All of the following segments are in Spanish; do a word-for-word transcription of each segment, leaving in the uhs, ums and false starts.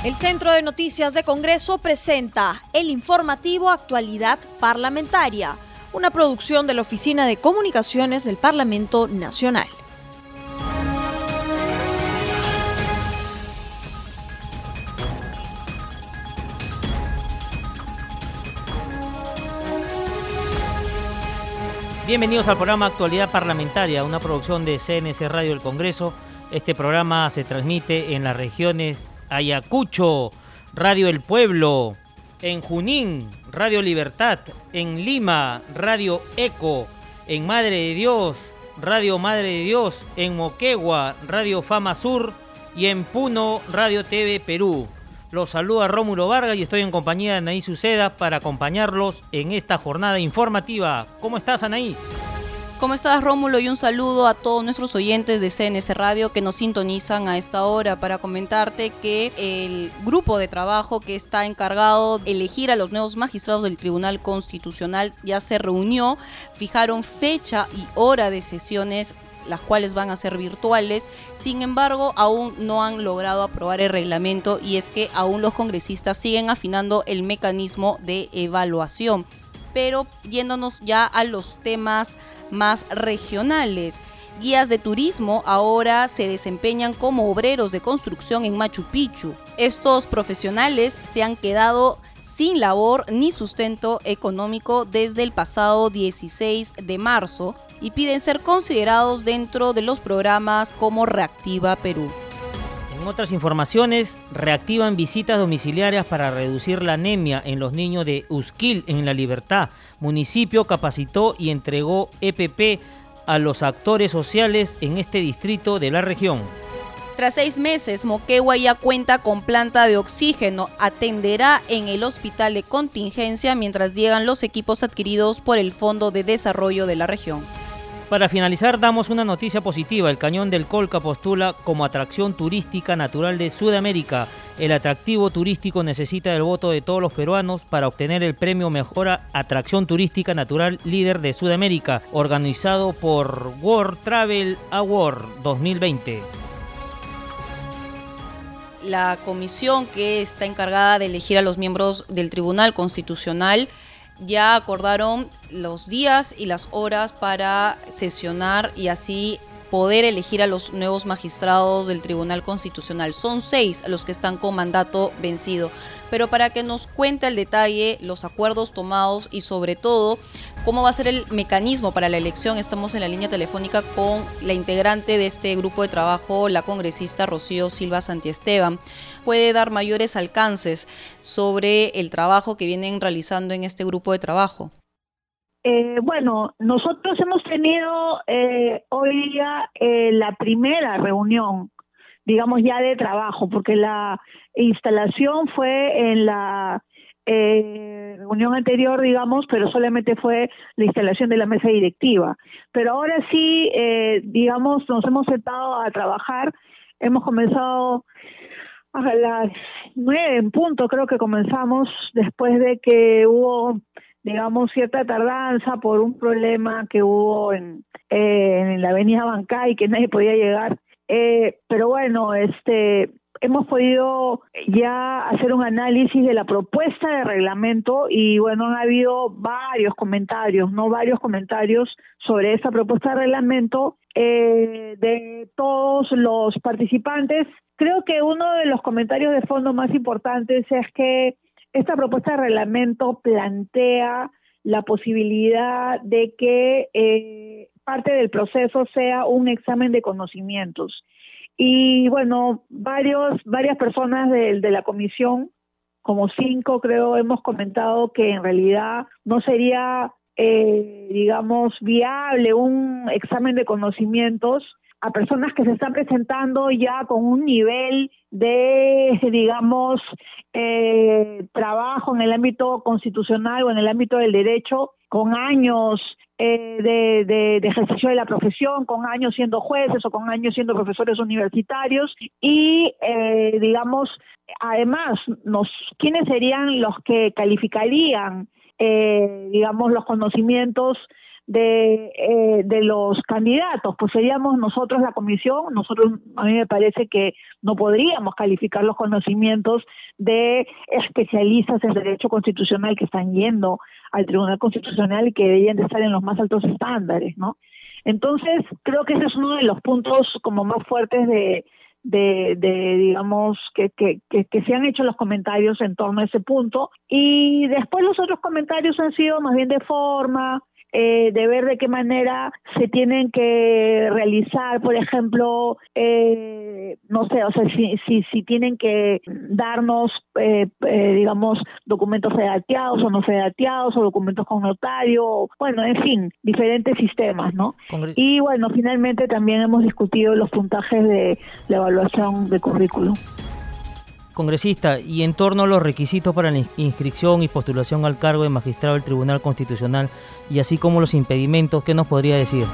El Centro de Noticias de Congreso presenta el informativo Actualidad Parlamentaria, una producción de la Oficina de Comunicaciones del Parlamento Nacional. Bienvenidos al programa Actualidad Parlamentaria, una producción de C N C Radio del Congreso. Este programa se transmite en las regiones Ayacucho, Radio El Pueblo, en Junín, Radio Libertad, en Lima, Radio Eco, en Madre de Dios, Radio Madre de Dios, en Moquegua, Radio Fama Sur y en Puno, Radio T V Perú. Los saluda Rómulo Vargas y estoy en compañía de Anaís Uceda para acompañarlos en esta jornada informativa. ¿Cómo estás, Anaís? ¿Cómo estás, Rómulo? Y un saludo a todos nuestros oyentes de C N C Radio que nos sintonizan a esta hora para comentarte que el grupo de trabajo que está encargado de elegir a los nuevos magistrados del Tribunal Constitucional ya se reunió, fijaron fecha y hora de sesiones, las cuales van a ser virtuales. Sin embargo, aún no han logrado aprobar el reglamento y es que aún los congresistas siguen afinando el mecanismo de evaluación. Pero yéndonos ya a los temas más regionales, guías de turismo ahora se desempeñan como obreros de construcción en Machu Picchu. Estos profesionales se han quedado sin labor ni sustento económico desde el pasado dieciséis de marzo y piden ser considerados dentro de los programas como Reactiva Perú. En otras informaciones, reactivan visitas domiciliarias para reducir la anemia en los niños de Usquil en La Libertad. Municipio capacitó y entregó E P P a los actores sociales en este distrito de la región. Tras seis meses, Moquegua ya cuenta con planta de oxígeno. Atenderá en el hospital de contingencia mientras llegan los equipos adquiridos por el Fondo de Desarrollo de la región. Para finalizar, damos una noticia positiva. El Cañón del Colca postula como atracción turística natural de Sudamérica. El atractivo turístico necesita del voto de todos los peruanos para obtener el premio Mejor Atracción Turística Natural Líder de Sudamérica, organizado por World Travel Award dos mil veinte. La comisión que está encargada de elegir a los miembros del Tribunal Constitucional ya acordaron los días y las horas para sesionar y así poder elegir a los nuevos magistrados del Tribunal Constitucional. Son seis los que están con mandato vencido. Pero para que nos cuente el detalle, los acuerdos tomados y sobre todo cómo va a ser el mecanismo para la elección, estamos en la línea telefónica con la integrante de este grupo de trabajo, la congresista Rocío Silva Santiesteban. Puede dar mayores alcances sobre el trabajo que vienen realizando en este grupo de trabajo. Eh, bueno, nosotros hemos tenido eh, hoy día eh, la primera reunión, digamos ya de trabajo, porque la instalación fue en la eh, reunión anterior, digamos, pero solamente fue la instalación de la mesa directiva. Pero ahora sí, eh, digamos, nos hemos sentado a trabajar, hemos comenzado a las nueve en punto, creo que comenzamos después de que hubo, digamos, cierta tardanza por un problema que hubo en, eh, en la avenida Bancay, que nadie podía llegar. Eh, pero bueno, este hemos podido ya hacer un análisis de la propuesta de reglamento y bueno, han habido varios comentarios, ¿no? Varios comentarios sobre esta propuesta de reglamento eh, de todos los participantes. Creo que uno de los comentarios de fondo más importantes es que esta propuesta de reglamento plantea la posibilidad de que eh, parte del proceso sea un examen de conocimientos. Y bueno, varios, varias personas de, de la comisión, como cinco creo, hemos comentado que en realidad no sería, eh, digamos, viable un examen de conocimientos a personas que se están presentando ya con un nivel de, digamos, eh, trabajo en el ámbito constitucional o en el ámbito del derecho, con años eh, de, de, de ejercicio de la profesión, con años siendo jueces o con años siendo profesores universitarios y, eh, digamos, además, nos, ¿quiénes serían los que calificarían, eh, digamos, los conocimientos de, eh, de los candidatos, pues seríamos nosotros la comisión. Nosotros, a mí me parece que no podríamos calificar los conocimientos de especialistas en derecho constitucional que están yendo al Tribunal Constitucional y que deberían de estar en los más altos estándares, ¿no? Entonces, creo que ese es uno de los puntos como más fuertes de, de, de digamos, que, que, que, que se han hecho los comentarios en torno a ese punto. Y después los otros comentarios han sido más bien de forma, eh, de ver de qué manera se tienen que realizar, por ejemplo, eh, no sé, o sea, si, si, si tienen que darnos, eh, eh, digamos, documentos fedateados o no fedateados, o documentos con notario, bueno, en fin, diferentes sistemas, ¿no? Congre- y bueno, finalmente también hemos discutido los puntajes de la evaluación de currículum. Congresista, y en torno a los requisitos para la inscripción y postulación al cargo de magistrado del Tribunal Constitucional, y así como los impedimentos, ¿qué nos podría decir?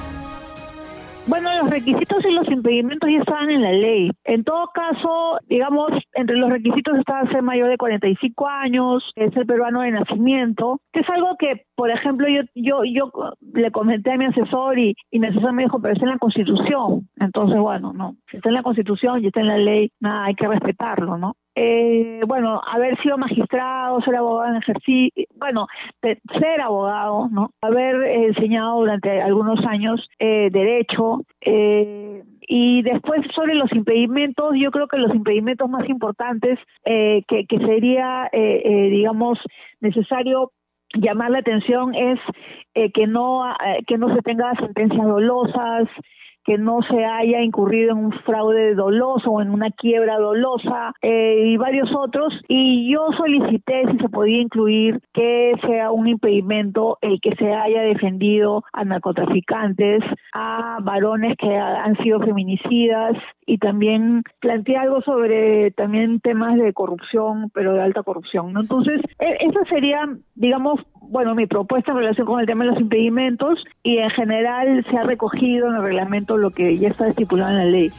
Bueno, los requisitos y los impedimentos ya estaban en la ley. En todo caso, digamos, entre los requisitos estaba ser mayor de cuarenta y cinco años, ser peruano de nacimiento, que es algo que, por ejemplo, yo yo yo le comenté a mi asesor y, y mi asesor me dijo, pero está en la Constitución. Entonces, bueno, no, si está en la Constitución y está en la ley, nada, hay que respetarlo, ¿no? Eh, bueno, haber sido magistrado, ser abogado en ejercicio, bueno, de, ser abogado, ¿no? Haber eh, enseñado durante algunos años eh, derecho, eh, y después sobre los impedimentos, yo creo que los impedimentos más importantes eh, que, que sería, eh, eh, digamos, necesario llamar la atención es eh, que no eh, que no se tenga sentencias dolosas, que no se haya incurrido en un fraude doloso o en una quiebra dolosa, eh, y varios otros. Y yo solicité si se podía incluir que sea un impedimento el que se haya defendido a narcotraficantes, a varones que han sido feminicidas, y también planteé algo sobre también temas de corrupción, pero de alta corrupción, ¿no? Entonces, esa sería, digamos, bueno, mi propuesta en relación con el tema de los impedimentos, y en general se ha recogido en el reglamento lo que ya está estipulado en la ley.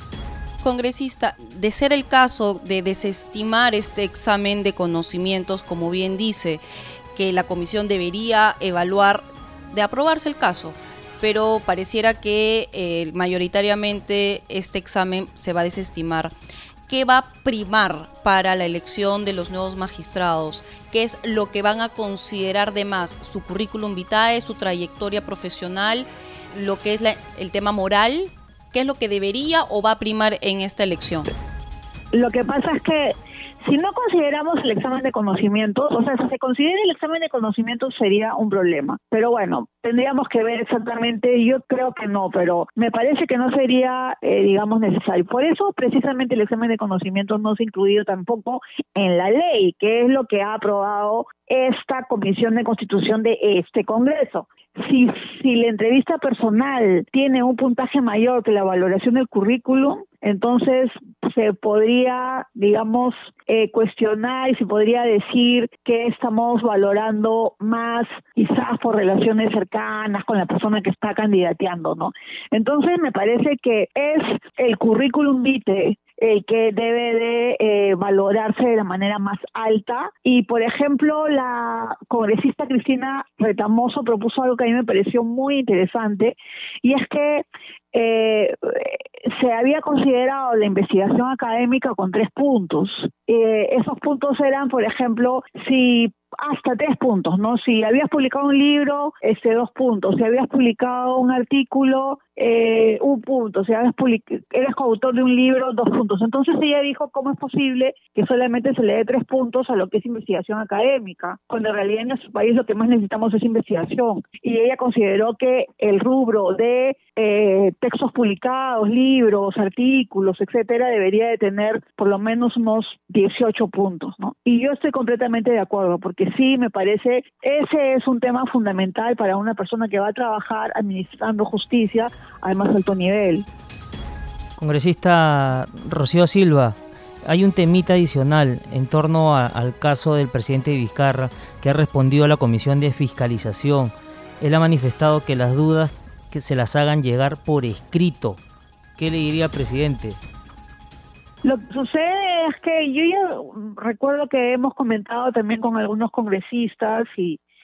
Congresista, de ser el caso de desestimar este examen de conocimientos, como bien dice, que la comisión debería evaluar, de aprobarse el caso, pero pareciera que eh, mayoritariamente este examen se va a desestimar, ¿qué va a primar para la elección de los nuevos magistrados? ¿Qué es lo que van a considerar de más? ¿Su currículum vitae, su trayectoria profesional, lo que es la, el tema moral? ¿Qué es lo que debería o va a primar en esta elección? Lo que pasa es que si no consideramos el examen de conocimientos, o sea, si se considera el examen de conocimientos sería un problema. Pero bueno, tendríamos que ver exactamente, yo creo que no, pero me parece que no sería, eh, digamos, necesario. Por eso, precisamente, el examen de conocimientos no se ha incluido tampoco en la ley, que es lo que ha aprobado esta Comisión de Constitución de este Congreso. Si, si la entrevista personal tiene un puntaje mayor que la valoración del currículum, entonces se podría, digamos, eh, cuestionar y se podría decir que estamos valorando más quizás por relaciones cercanas con la persona que está candidateando, ¿no? Entonces me parece que es el currículum vitae el que debe de eh, valorarse de la manera más alta. Y, por ejemplo, la congresista Cristina Retamoso propuso algo que a mí me pareció muy interesante, y es que eh, se había considerado la investigación académica con tres puntos. Eh, esos puntos eran, por ejemplo, si hasta tres puntos, ¿no? Si habías publicado un libro, este, dos puntos. Si habías publicado un artículo, eh, un punto. Si habías public- eres coautor de un libro, dos puntos. Entonces ella dijo, ¿cómo es posible que solamente se le dé tres puntos a lo que es investigación académica? Cuando en realidad en nuestro país lo que más necesitamos es investigación. Y ella consideró que el rubro de eh, textos publicados, libros, artículos, etcétera, debería de tener por lo menos unos dieciocho puntos, ¿no? Y yo estoy completamente de acuerdo, porque sí, me parece, ese es un tema fundamental para una persona que va a trabajar administrando justicia al más alto nivel. Congresista Rocío Silva, hay un temita adicional en torno a, al caso del presidente Vizcarra, que ha respondido a la Comisión de Fiscalización. Él ha manifestado que las dudas que se las hagan llegar por escrito. ¿Qué le diría al presidente? Lo que sucede es que yo ya recuerdo que hemos comentado también con algunos congresistas y,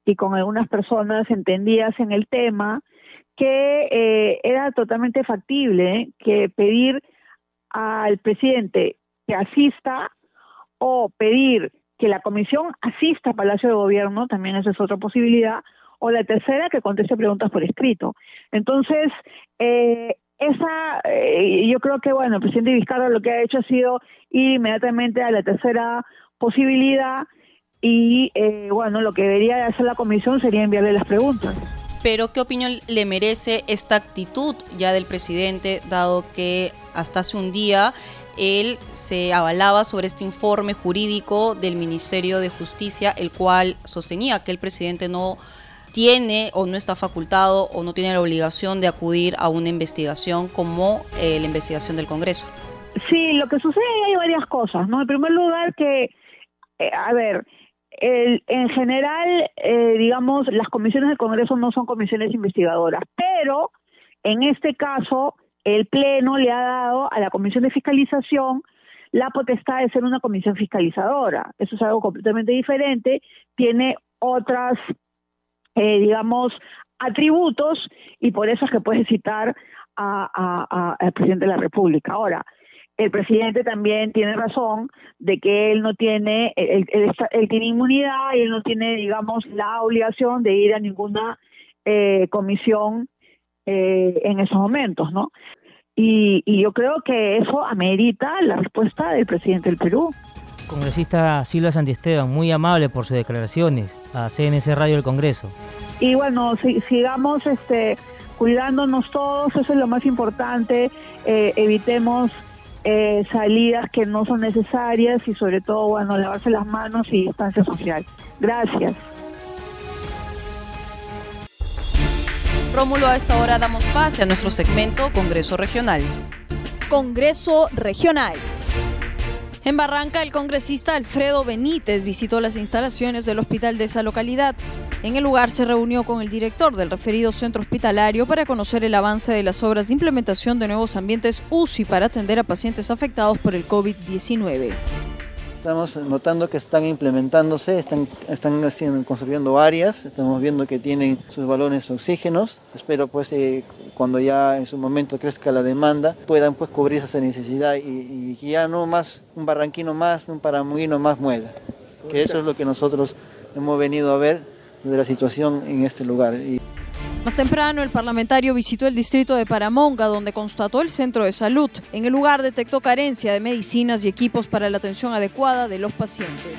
y con algunas personas entendidas en el tema, que eh, era totalmente factible, ¿eh? que pedir al presidente que asista o pedir que la comisión asista a Palacio de Gobierno, también esa es otra posibilidad, o la tercera, que conteste preguntas por escrito. Entonces, eh, esa, eh, yo creo que, bueno, el presidente Vizcarra lo que ha hecho ha sido ir inmediatamente a la tercera posibilidad y, eh, bueno, lo que debería hacer la comisión sería enviarle las preguntas. Pero, ¿qué opinión le merece esta actitud ya del presidente, dado que hasta hace un día él se avalaba sobre este informe jurídico del Ministerio de Justicia, el cual sostenía que el presidente no tiene o no está facultado o no tiene la obligación de acudir a una investigación como eh, la investigación del Congreso? Sí, lo que sucede hay varias cosas, ¿no? En primer lugar que, eh, a ver, el, en general, eh, digamos, las comisiones del Congreso no son comisiones investigadoras, pero en este caso el Pleno le ha dado a la Comisión de Fiscalización la potestad de ser una comisión fiscalizadora. Eso es algo completamente diferente, tiene otras, eh, digamos, atributos y por eso es que puede citar a, a, a, al presidente de la República. Ahora, el presidente también tiene razón de que él no tiene, él, él, está, él tiene inmunidad y él no tiene, digamos, la obligación de ir a ninguna eh, comisión eh, en esos momentos, ¿no? Y, y yo creo que eso amerita la respuesta del presidente del Perú. Congresista Silva Santiesteban, muy amable por sus declaraciones a C N C Radio del Congreso. Y bueno, si, sigamos este, cuidándonos todos, eso es lo más importante, eh, evitemos eh, salidas que no son necesarias y sobre todo, bueno, lavarse las manos y distancia social. Gracias. Rómulo, a esta hora damos pase a nuestro segmento Congreso Regional. Congreso Regional. En Barranca, el congresista Alfredo Benítez visitó las instalaciones del hospital de esa localidad. En el lugar se reunió con el director del referido centro hospitalario para conocer el avance de las obras de implementación de nuevos ambientes U C I para atender a pacientes afectados por el COVID diecinueve. Estamos notando que están implementándose, están, están haciendo, construyendo áreas, estamos viendo que tienen sus balones de oxígenos. Espero pues eh, cuando ya en su momento crezca la demanda puedan pues cubrir esa necesidad y, y que ya no más un barranquino más, un paramonguino más muera. Que eso es lo que nosotros hemos venido a ver de la situación en este lugar. Y Más temprano, el parlamentario visitó el distrito de Paramonga, donde constató el centro de salud. En el lugar detectó carencia de medicinas y equipos para la atención adecuada de los pacientes.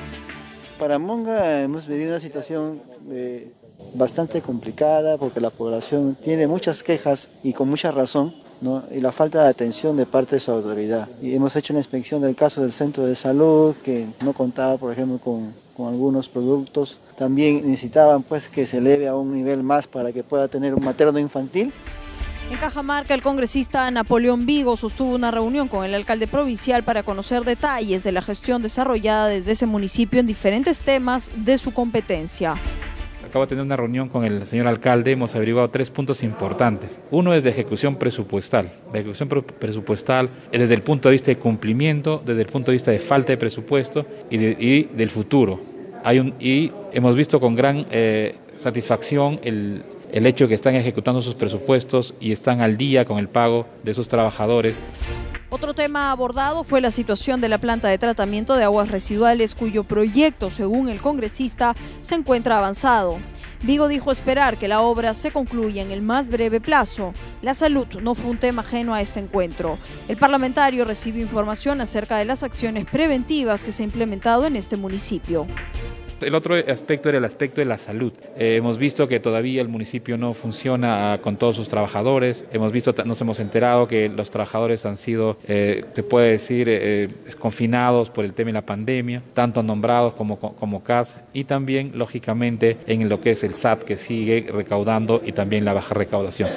Paramonga hemos vivido una situación eh, bastante complicada porque la población tiene muchas quejas y con mucha razón, ¿no? Y la falta de atención de parte de su autoridad. Y hemos hecho una inspección del caso del centro de salud que no contaba, por ejemplo, con, con algunos productos. También necesitaban pues que se eleve a un nivel más para que pueda tener un materno infantil. En Cajamarca, el congresista Napoleón Vigo sostuvo una reunión con el alcalde provincial para conocer detalles de la gestión desarrollada desde ese municipio en diferentes temas de su competencia. Acabo de tener una reunión con el señor alcalde, hemos averiguado tres puntos importantes. Uno es de ejecución presupuestal. La ejecución presupuestal es desde el punto de vista de cumplimiento, desde el punto de vista de falta de presupuesto y, de, y del futuro. Hay un, y hemos visto con gran eh, satisfacción el, el hecho de que están ejecutando sus presupuestos y están al día con el pago de sus trabajadores. Otro tema abordado fue la situación de la planta de tratamiento de aguas residuales, cuyo proyecto, según el congresista, se encuentra avanzado. Vigo dijo esperar que la obra se concluya en el más breve plazo. La salud no fue un tema ajeno a este encuentro. El parlamentario recibió información acerca de las acciones preventivas que se han implementado en este municipio. El otro aspecto era el aspecto de la salud. Eh, hemos visto que todavía el municipio no funciona con todos sus trabajadores. Hemos visto, nos hemos enterado que los trabajadores han sido, eh, se puede decir, eh, confinados por el tema de la pandemia, tanto nombrados como, como C A S, y también, lógicamente, en lo que es el S A T, que sigue recaudando, y también la baja recaudación.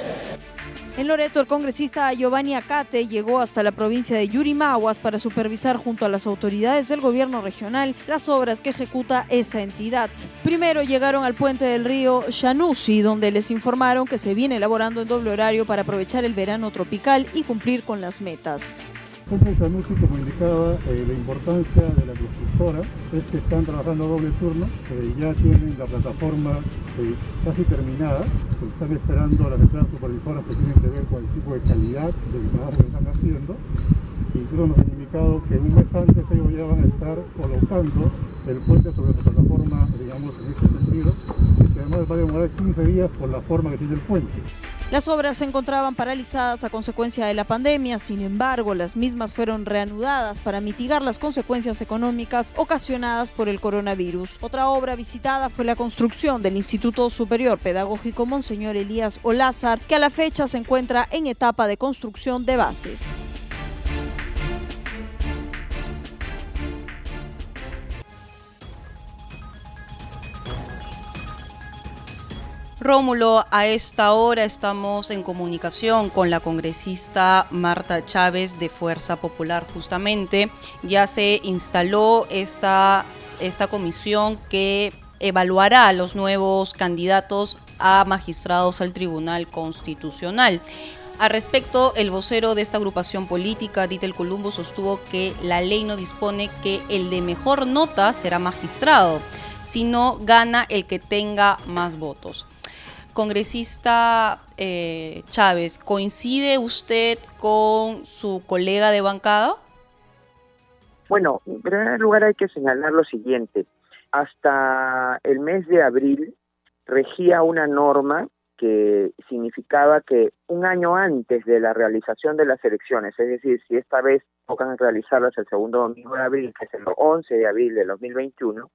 En Loreto, el congresista Giovanni Acate llegó hasta la provincia de Yurimaguas para supervisar junto a las autoridades del gobierno regional las obras que ejecuta esa entidad. Primero llegaron al puente del río Shanusi, donde les informaron que se viene elaborando en doble horario para aprovechar el verano tropical y cumplir con las metas. Como Sanusi, como indicaba, eh, la importancia de la constructora es que están trabajando a doble turno, eh, ya tienen la plataforma eh, casi terminada, pues están esperando las entradas supervisoras que tienen que ver con el tipo de calidad del trabajo que están haciendo. Incluso nos han indicado que un mes antes ellos ya van a estar colocando el puente sobre su plataforma, digamos, en este sentido, que además va a demorar quince días por la forma que tiene el puente. Las obras se encontraban paralizadas a consecuencia de la pandemia, sin embargo, las mismas fueron reanudadas para mitigar las consecuencias económicas ocasionadas por el coronavirus. Otra obra visitada fue la construcción del Instituto Superior Pedagógico Monseñor Elías Olázar, que a la fecha se encuentra en etapa de construcción de bases. Rómulo, a esta hora estamos en comunicación con la congresista Marta Chávez de Fuerza Popular. Justamente ya se instaló esta, esta comisión que evaluará a los nuevos candidatos a magistrados al Tribunal Constitucional. Al respecto, el vocero de esta agrupación política, Ditel Columbo, sostuvo que la ley no dispone que el de mejor nota será magistrado, sino gana el que tenga más votos. Congresista eh, Chávez, ¿coincide usted con su colega de bancada? Bueno, en primer lugar hay que señalar lo siguiente. Hasta el mes de abril regía una norma que significaba que un año antes de la realización de las elecciones, es decir, si esta vez tocan realizarlas el segundo domingo de abril, que es el once de abril de dos mil veintiuno,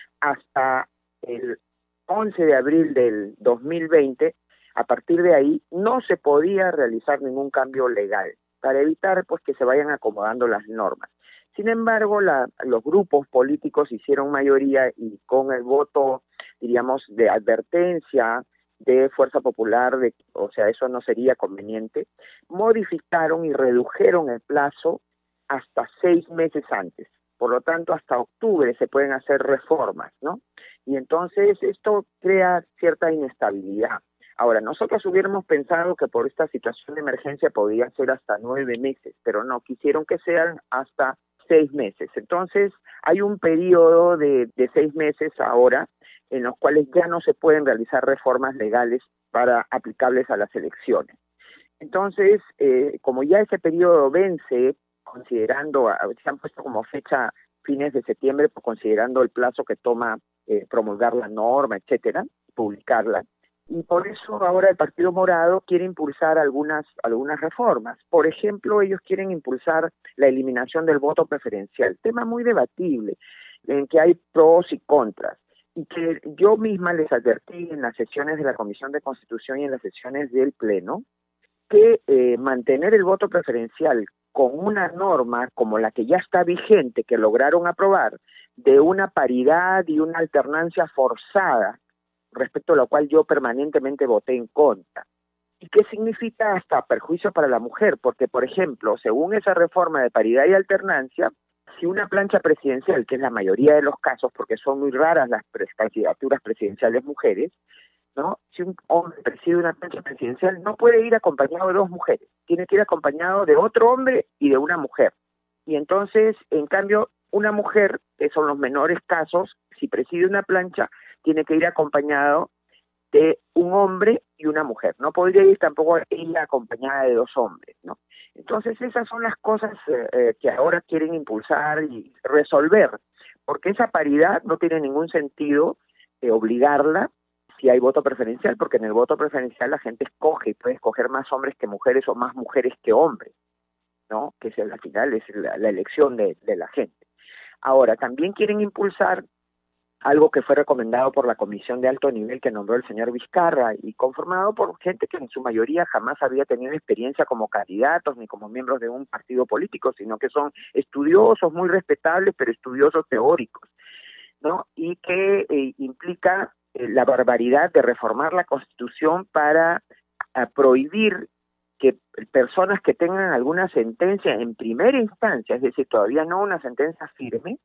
hasta el once de abril del dos mil veinte, a partir de ahí no se podía realizar ningún cambio legal para evitar pues que se vayan acomodando las normas. Sin embargo, la, los grupos políticos hicieron mayoría y con el voto, diríamos, de advertencia de Fuerza Popular, de, o sea, eso no sería conveniente, modificaron y redujeron el plazo hasta seis meses antes. Por lo tanto, hasta octubre se pueden hacer reformas, ¿no? Y entonces esto crea cierta inestabilidad. Ahora, nosotros hubiéramos pensado que por esta situación de emergencia podía ser hasta nueve meses, pero no, quisieron que sean hasta seis meses. Entonces, hay un periodo de, de seis meses ahora en los cuales ya no se pueden realizar reformas legales para aplicables a las elecciones. Entonces, eh, como ya ese periodo vence, considerando, se han puesto como fecha fines de septiembre, considerando el plazo que toma eh, promulgar la norma, etcétera, publicarla. Y por eso ahora el Partido Morado quiere impulsar algunas, algunas reformas. Por ejemplo, ellos quieren impulsar la eliminación del voto preferencial, tema muy debatible, en que hay pros y contras, y que yo misma les advertí en las sesiones de la Comisión de Constitución y en las sesiones del Pleno, que eh, mantener el voto preferencial con una norma como la que ya está vigente, que lograron aprobar, de una paridad y una alternancia forzada, respecto a lo cual yo permanentemente voté en contra. ¿Y qué significa hasta perjuicio para la mujer? Porque, por ejemplo, según esa reforma de paridad y alternancia, si una plancha presidencial, que es la mayoría de los casos, porque son muy raras las candidaturas presidenciales mujeres, ¿no? Si un hombre preside una plancha presidencial, no puede ir acompañado de dos mujeres, tiene que ir acompañado de otro hombre y de una mujer. Y entonces, en cambio, una mujer, que son los menores casos, si preside una plancha, tiene que ir acompañado de un hombre y una mujer. No podría ir tampoco ella acompañada de dos hombres, ¿no? Entonces, esas son las cosas eh, que ahora quieren impulsar y resolver, porque esa paridad no tiene ningún sentido eh, obligarla si hay voto preferencial, porque en el voto preferencial la gente escoge y puede escoger más hombres que mujeres o más mujeres que hombres, ¿no? Que es, al final es la, la elección de, de la gente. Ahora, también quieren impulsar algo que fue recomendado por la comisión de alto nivel que nombró el señor Vizcarra y conformado por gente que en su mayoría jamás había tenido experiencia como candidatos ni como miembros de un partido político, sino que son estudiosos muy respetables, pero estudiosos teóricos, ¿no? Y que eh, implica eh, la barbaridad de reformar la Constitución para a, prohibir que personas que tengan alguna sentencia en primera instancia, es decir, todavía no una sentencia firme,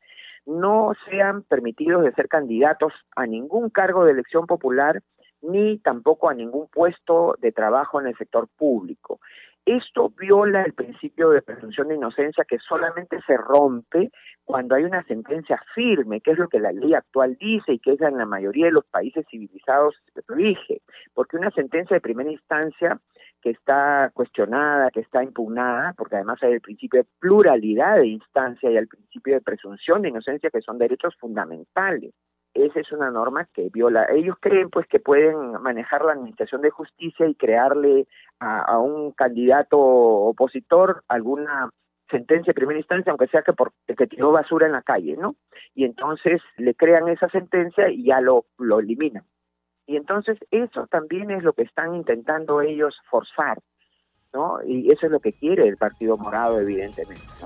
no sean permitidos de ser candidatos a ningún cargo de elección popular ni tampoco a ningún puesto de trabajo en el sector público. Esto viola el principio de presunción de inocencia, que solamente se rompe cuando hay una sentencia firme, que es lo que la ley actual dice y que es en la mayoría de los países civilizados rige, porque una sentencia de primera instancia que está cuestionada, que está impugnada, porque además hay el principio de pluralidad de instancia y el principio de presunción de inocencia, que son derechos fundamentales. Esa es una norma que viola. Ellos creen pues que pueden manejar la administración de justicia y crearle a, a un candidato opositor alguna sentencia de primera instancia, aunque sea que porque tiró basura en la calle, ¿no? Y entonces le crean esa sentencia y ya lo, lo eliminan. Y entonces eso también es lo que están intentando ellos forzar, ¿no? Y eso es lo que quiere el Partido Morado, evidentemente, ¿no?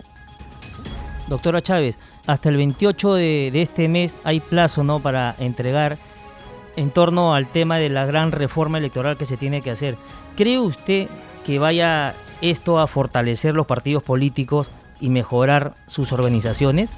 Doctora Chávez, hasta el veintiocho de, de este mes hay plazo, ¿no?, para entregar en torno al tema de la gran reforma electoral que se tiene que hacer. ¿Cree usted que vaya esto a fortalecer los partidos políticos y mejorar sus organizaciones?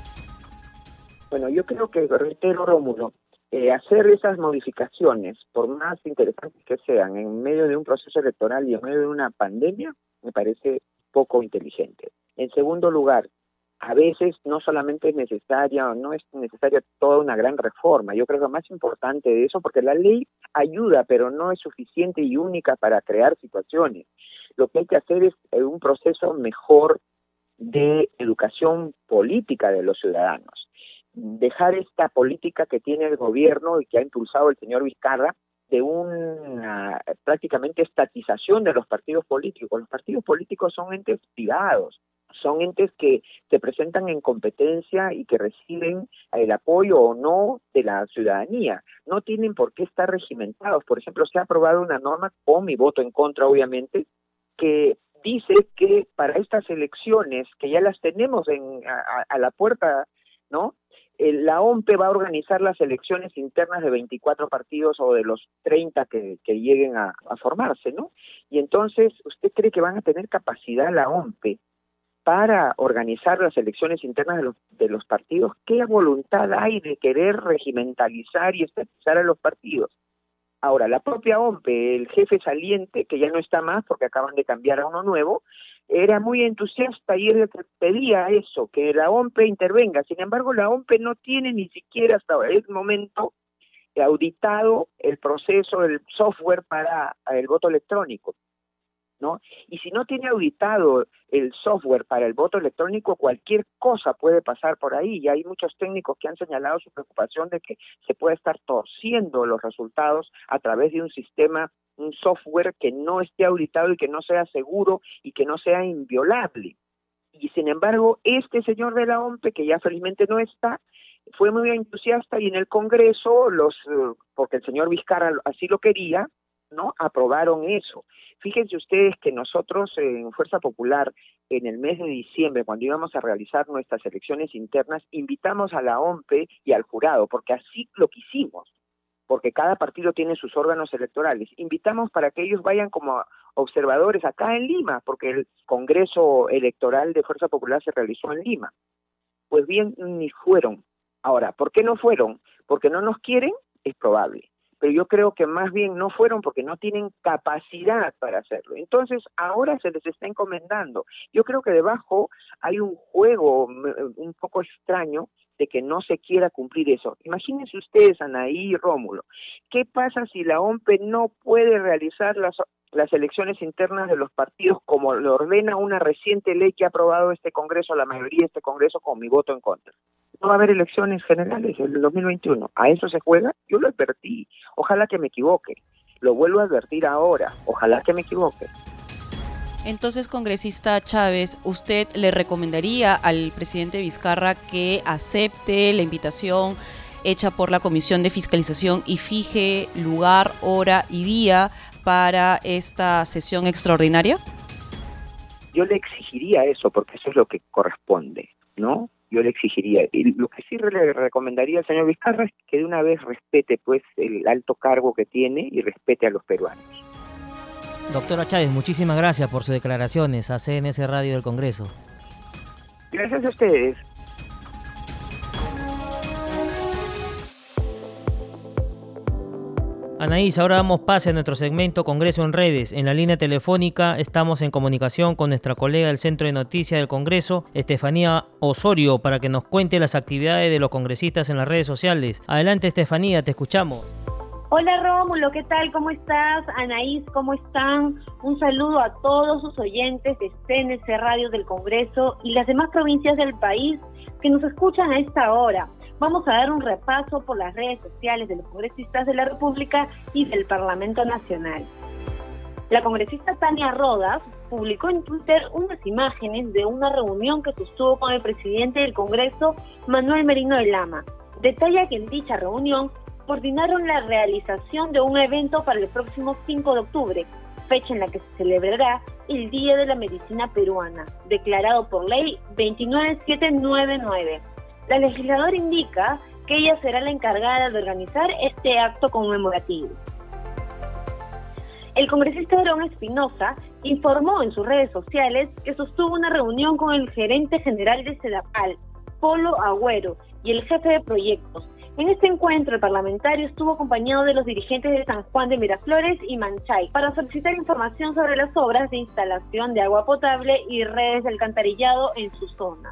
Bueno, yo creo que, reitero, Rómulo, eh, hacer esas modificaciones, por más interesantes que sean, en medio de un proceso electoral y en medio de una pandemia, me parece poco inteligente. En segundo lugar, a veces no solamente es necesaria o no es necesaria toda una gran reforma. Yo creo que lo más importante de eso, porque la ley ayuda, pero no es suficiente y única para crear situaciones. Lo que hay que hacer es un proceso mejor de educación política de los ciudadanos. Dejar esta política que tiene el gobierno y que ha impulsado el señor Vizcarra, de una prácticamente estatización de los partidos políticos. Los partidos políticos son entes privados, son entes que se presentan en competencia y que reciben el apoyo o no de la ciudadanía. No tienen por qué estar regimentados. Por ejemplo, se ha aprobado una norma, con mi voto en contra, obviamente, que dice que para estas elecciones, que ya las tenemos en, a, a la puerta, ¿no?, la O M P E va a organizar las elecciones internas de veinticuatro partidos o de los treinta que, que lleguen a, a formarse, ¿no? Y entonces, ¿usted cree que van a tener capacidad la O M P E para organizar las elecciones internas de los, de los partidos? ¿Qué voluntad hay de querer regimentalizar y estatizar a los partidos? Ahora, la propia O M P E, el jefe saliente, que ya no está más porque acaban de cambiar a uno nuevo, era muy entusiasta y él pedía eso, que la O M P E intervenga. Sin embargo, la O M P E no tiene ni siquiera hasta el momento auditado el proceso, el software para el voto electrónico, ¿no? Y si no tiene auditado el software para el voto electrónico, cualquier cosa puede pasar por ahí. Y hay muchos técnicos que han señalado su preocupación de que se puede estar torciendo los resultados a través de un sistema, un software que no esté auditado y que no sea seguro y que no sea inviolable. Y sin embargo, este señor de la O M P E, que ya felizmente no está, fue muy entusiasta y en el Congreso, los porque el señor Vizcarra así lo quería, ¿no?, aprobaron eso. Fíjense ustedes que nosotros en Fuerza Popular, en el mes de diciembre, cuando íbamos a realizar nuestras elecciones internas, invitamos a la O M P E y al jurado, porque así lo quisimos, porque cada partido tiene sus órganos electorales. Invitamos para que ellos vayan como observadores acá en Lima, porque el Congreso Electoral de Fuerza Popular se realizó en Lima. Pues bien, ni fueron. Ahora, ¿por qué no fueron? ¿Porque no nos quieren? Es probable. Pero yo creo que más bien no fueron porque no tienen capacidad para hacerlo. Entonces, ahora se les está encomendando. Yo creo que debajo hay un juego un poco extraño de que no se quiera cumplir eso. Imagínense ustedes, Anaí y Rómulo, ¿qué pasa si la O M P E no puede realizar las, las elecciones internas de los partidos como lo ordena una reciente ley que ha aprobado este Congreso, la mayoría de este Congreso, con mi voto en contra? No va a haber elecciones generales en el dos mil veintiuno. ¿A eso se juega? Yo lo advertí. Ojalá que me equivoque. Lo vuelvo a advertir ahora. Ojalá que me equivoque. Entonces, congresista Chávez, ¿usted le recomendaría al presidente Vizcarra que acepte la invitación hecha por la Comisión de Fiscalización y fije lugar, hora y día para esta sesión extraordinaria? Yo le exigiría eso, porque eso es lo que corresponde, ¿no? Yo le exigiría. Y lo que sí le recomendaría al señor Vizcarra es que de una vez respete pues el alto cargo que tiene y respete a los peruanos. Doctora Chávez, muchísimas gracias por sus declaraciones a C N S Radio del Congreso. Gracias a ustedes. Anaís, ahora damos pase a nuestro segmento Congreso en Redes. En la línea telefónica estamos en comunicación con nuestra colega del Centro de Noticias del Congreso, Estefanía Osorio, para que nos cuente las actividades de los congresistas en las redes sociales. Adelante, Estefanía, te escuchamos. Hola Rómulo, ¿qué tal? ¿Cómo estás? Anaís, ¿cómo están? Un saludo a todos sus oyentes de C N C Radio del Congreso y las demás provincias del país que nos escuchan a esta hora. Vamos a dar un repaso por las redes sociales de los congresistas de la República y del Parlamento Nacional. La congresista Tania Rodas publicó en Twitter unas imágenes de una reunión que sostuvo con el presidente del Congreso, Manuel Merino de Lama. Detalla que en dicha reunión coordinaron la realización de un evento para el próximo cinco de octubre, fecha en la que se celebrará el Día de la Medicina Peruana, declarado por ley veintinueve mil setecientos noventa y nueve. La legisladora indica que ella será la encargada de organizar este acto conmemorativo. El congresista Aarón Espinosa informó en sus redes sociales que sostuvo una reunión con el gerente general de Sedapal, Polo Agüero, y el jefe de proyectos. En este encuentro, el parlamentario estuvo acompañado de los dirigentes de San Juan de Miraflores y Manchay para solicitar información sobre las obras de instalación de agua potable y redes de alcantarillado en su zona.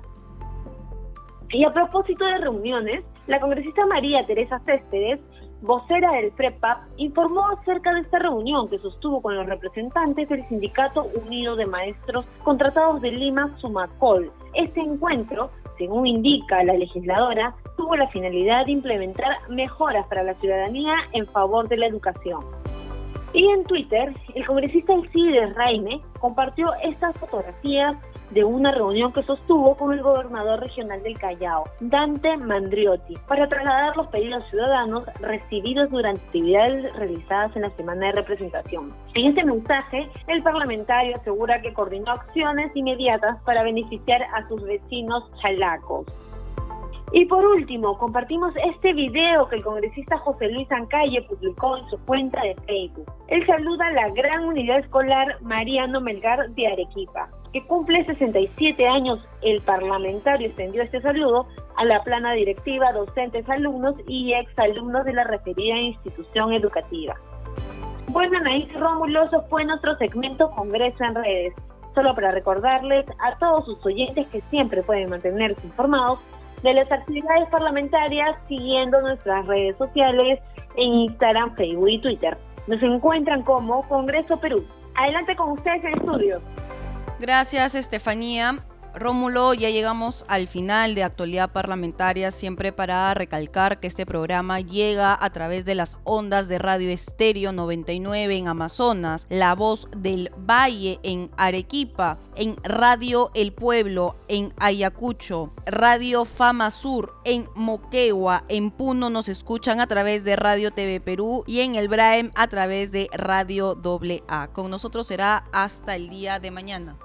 Y a propósito de reuniones, la congresista María Teresa Céspedes, vocera del FREPAP, informó acerca de esta reunión que sostuvo con los representantes del Sindicato Unido de Maestros Contratados de Lima, Sumacol. Este encuentro, según indica la legisladora, tuvo la finalidad de implementar mejoras para la ciudadanía en favor de la educación. Y en Twitter, el congresista Alcides Raime compartió estas fotografías de una reunión que sostuvo con el gobernador regional del Callao, Dante Mandriotti, para trasladar los pedidos ciudadanos recibidos durante actividades realizadas en la semana de representación. En este mensaje, el parlamentario asegura que coordinó acciones inmediatas para beneficiar a sus vecinos chalacos. Y por último, compartimos este video que el congresista José Luis Ancalle publicó en su cuenta de Facebook. Él saluda a la gran unidad escolar Mariano Melgar de Arequipa, que cumple sesenta y siete años. El parlamentario extendió este saludo a la plana directiva, docentes, alumnos y exalumnos de la referida institución educativa. Bueno, Anaís, Rómulo, eso fue nuestro segmento Congreso en Redes. Solo para recordarles a todos sus oyentes que siempre pueden mantenerse informados de las actividades parlamentarias siguiendo nuestras redes sociales en Instagram, Facebook y Twitter. Nos encuentran como Congreso Perú. Adelante con ustedes en estudio. Gracias, Estefanía. Rómulo, ya llegamos al final de Actualidad Parlamentaria, siempre para recalcar que este programa llega a través de las ondas de Radio Estéreo noventa y nueve en Amazonas, La Voz del Valle en Arequipa, en Radio El Pueblo en Ayacucho, Radio Fama Sur en Moquegua, en Puno nos escuchan a través de Radio T V Perú y en el Braem a través de Radio doble A. Con nosotros será hasta el día de mañana.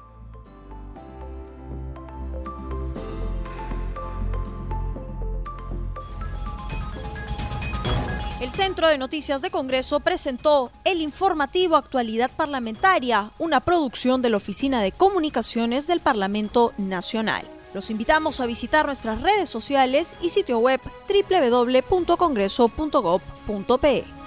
El Centro de Noticias de Congreso presentó el informativo Actualidad Parlamentaria, una producción de la Oficina de Comunicaciones del Parlamento Nacional. Los invitamos a visitar nuestras redes sociales y sitio web doble u doble u doble u punto congreso punto gob punto pe.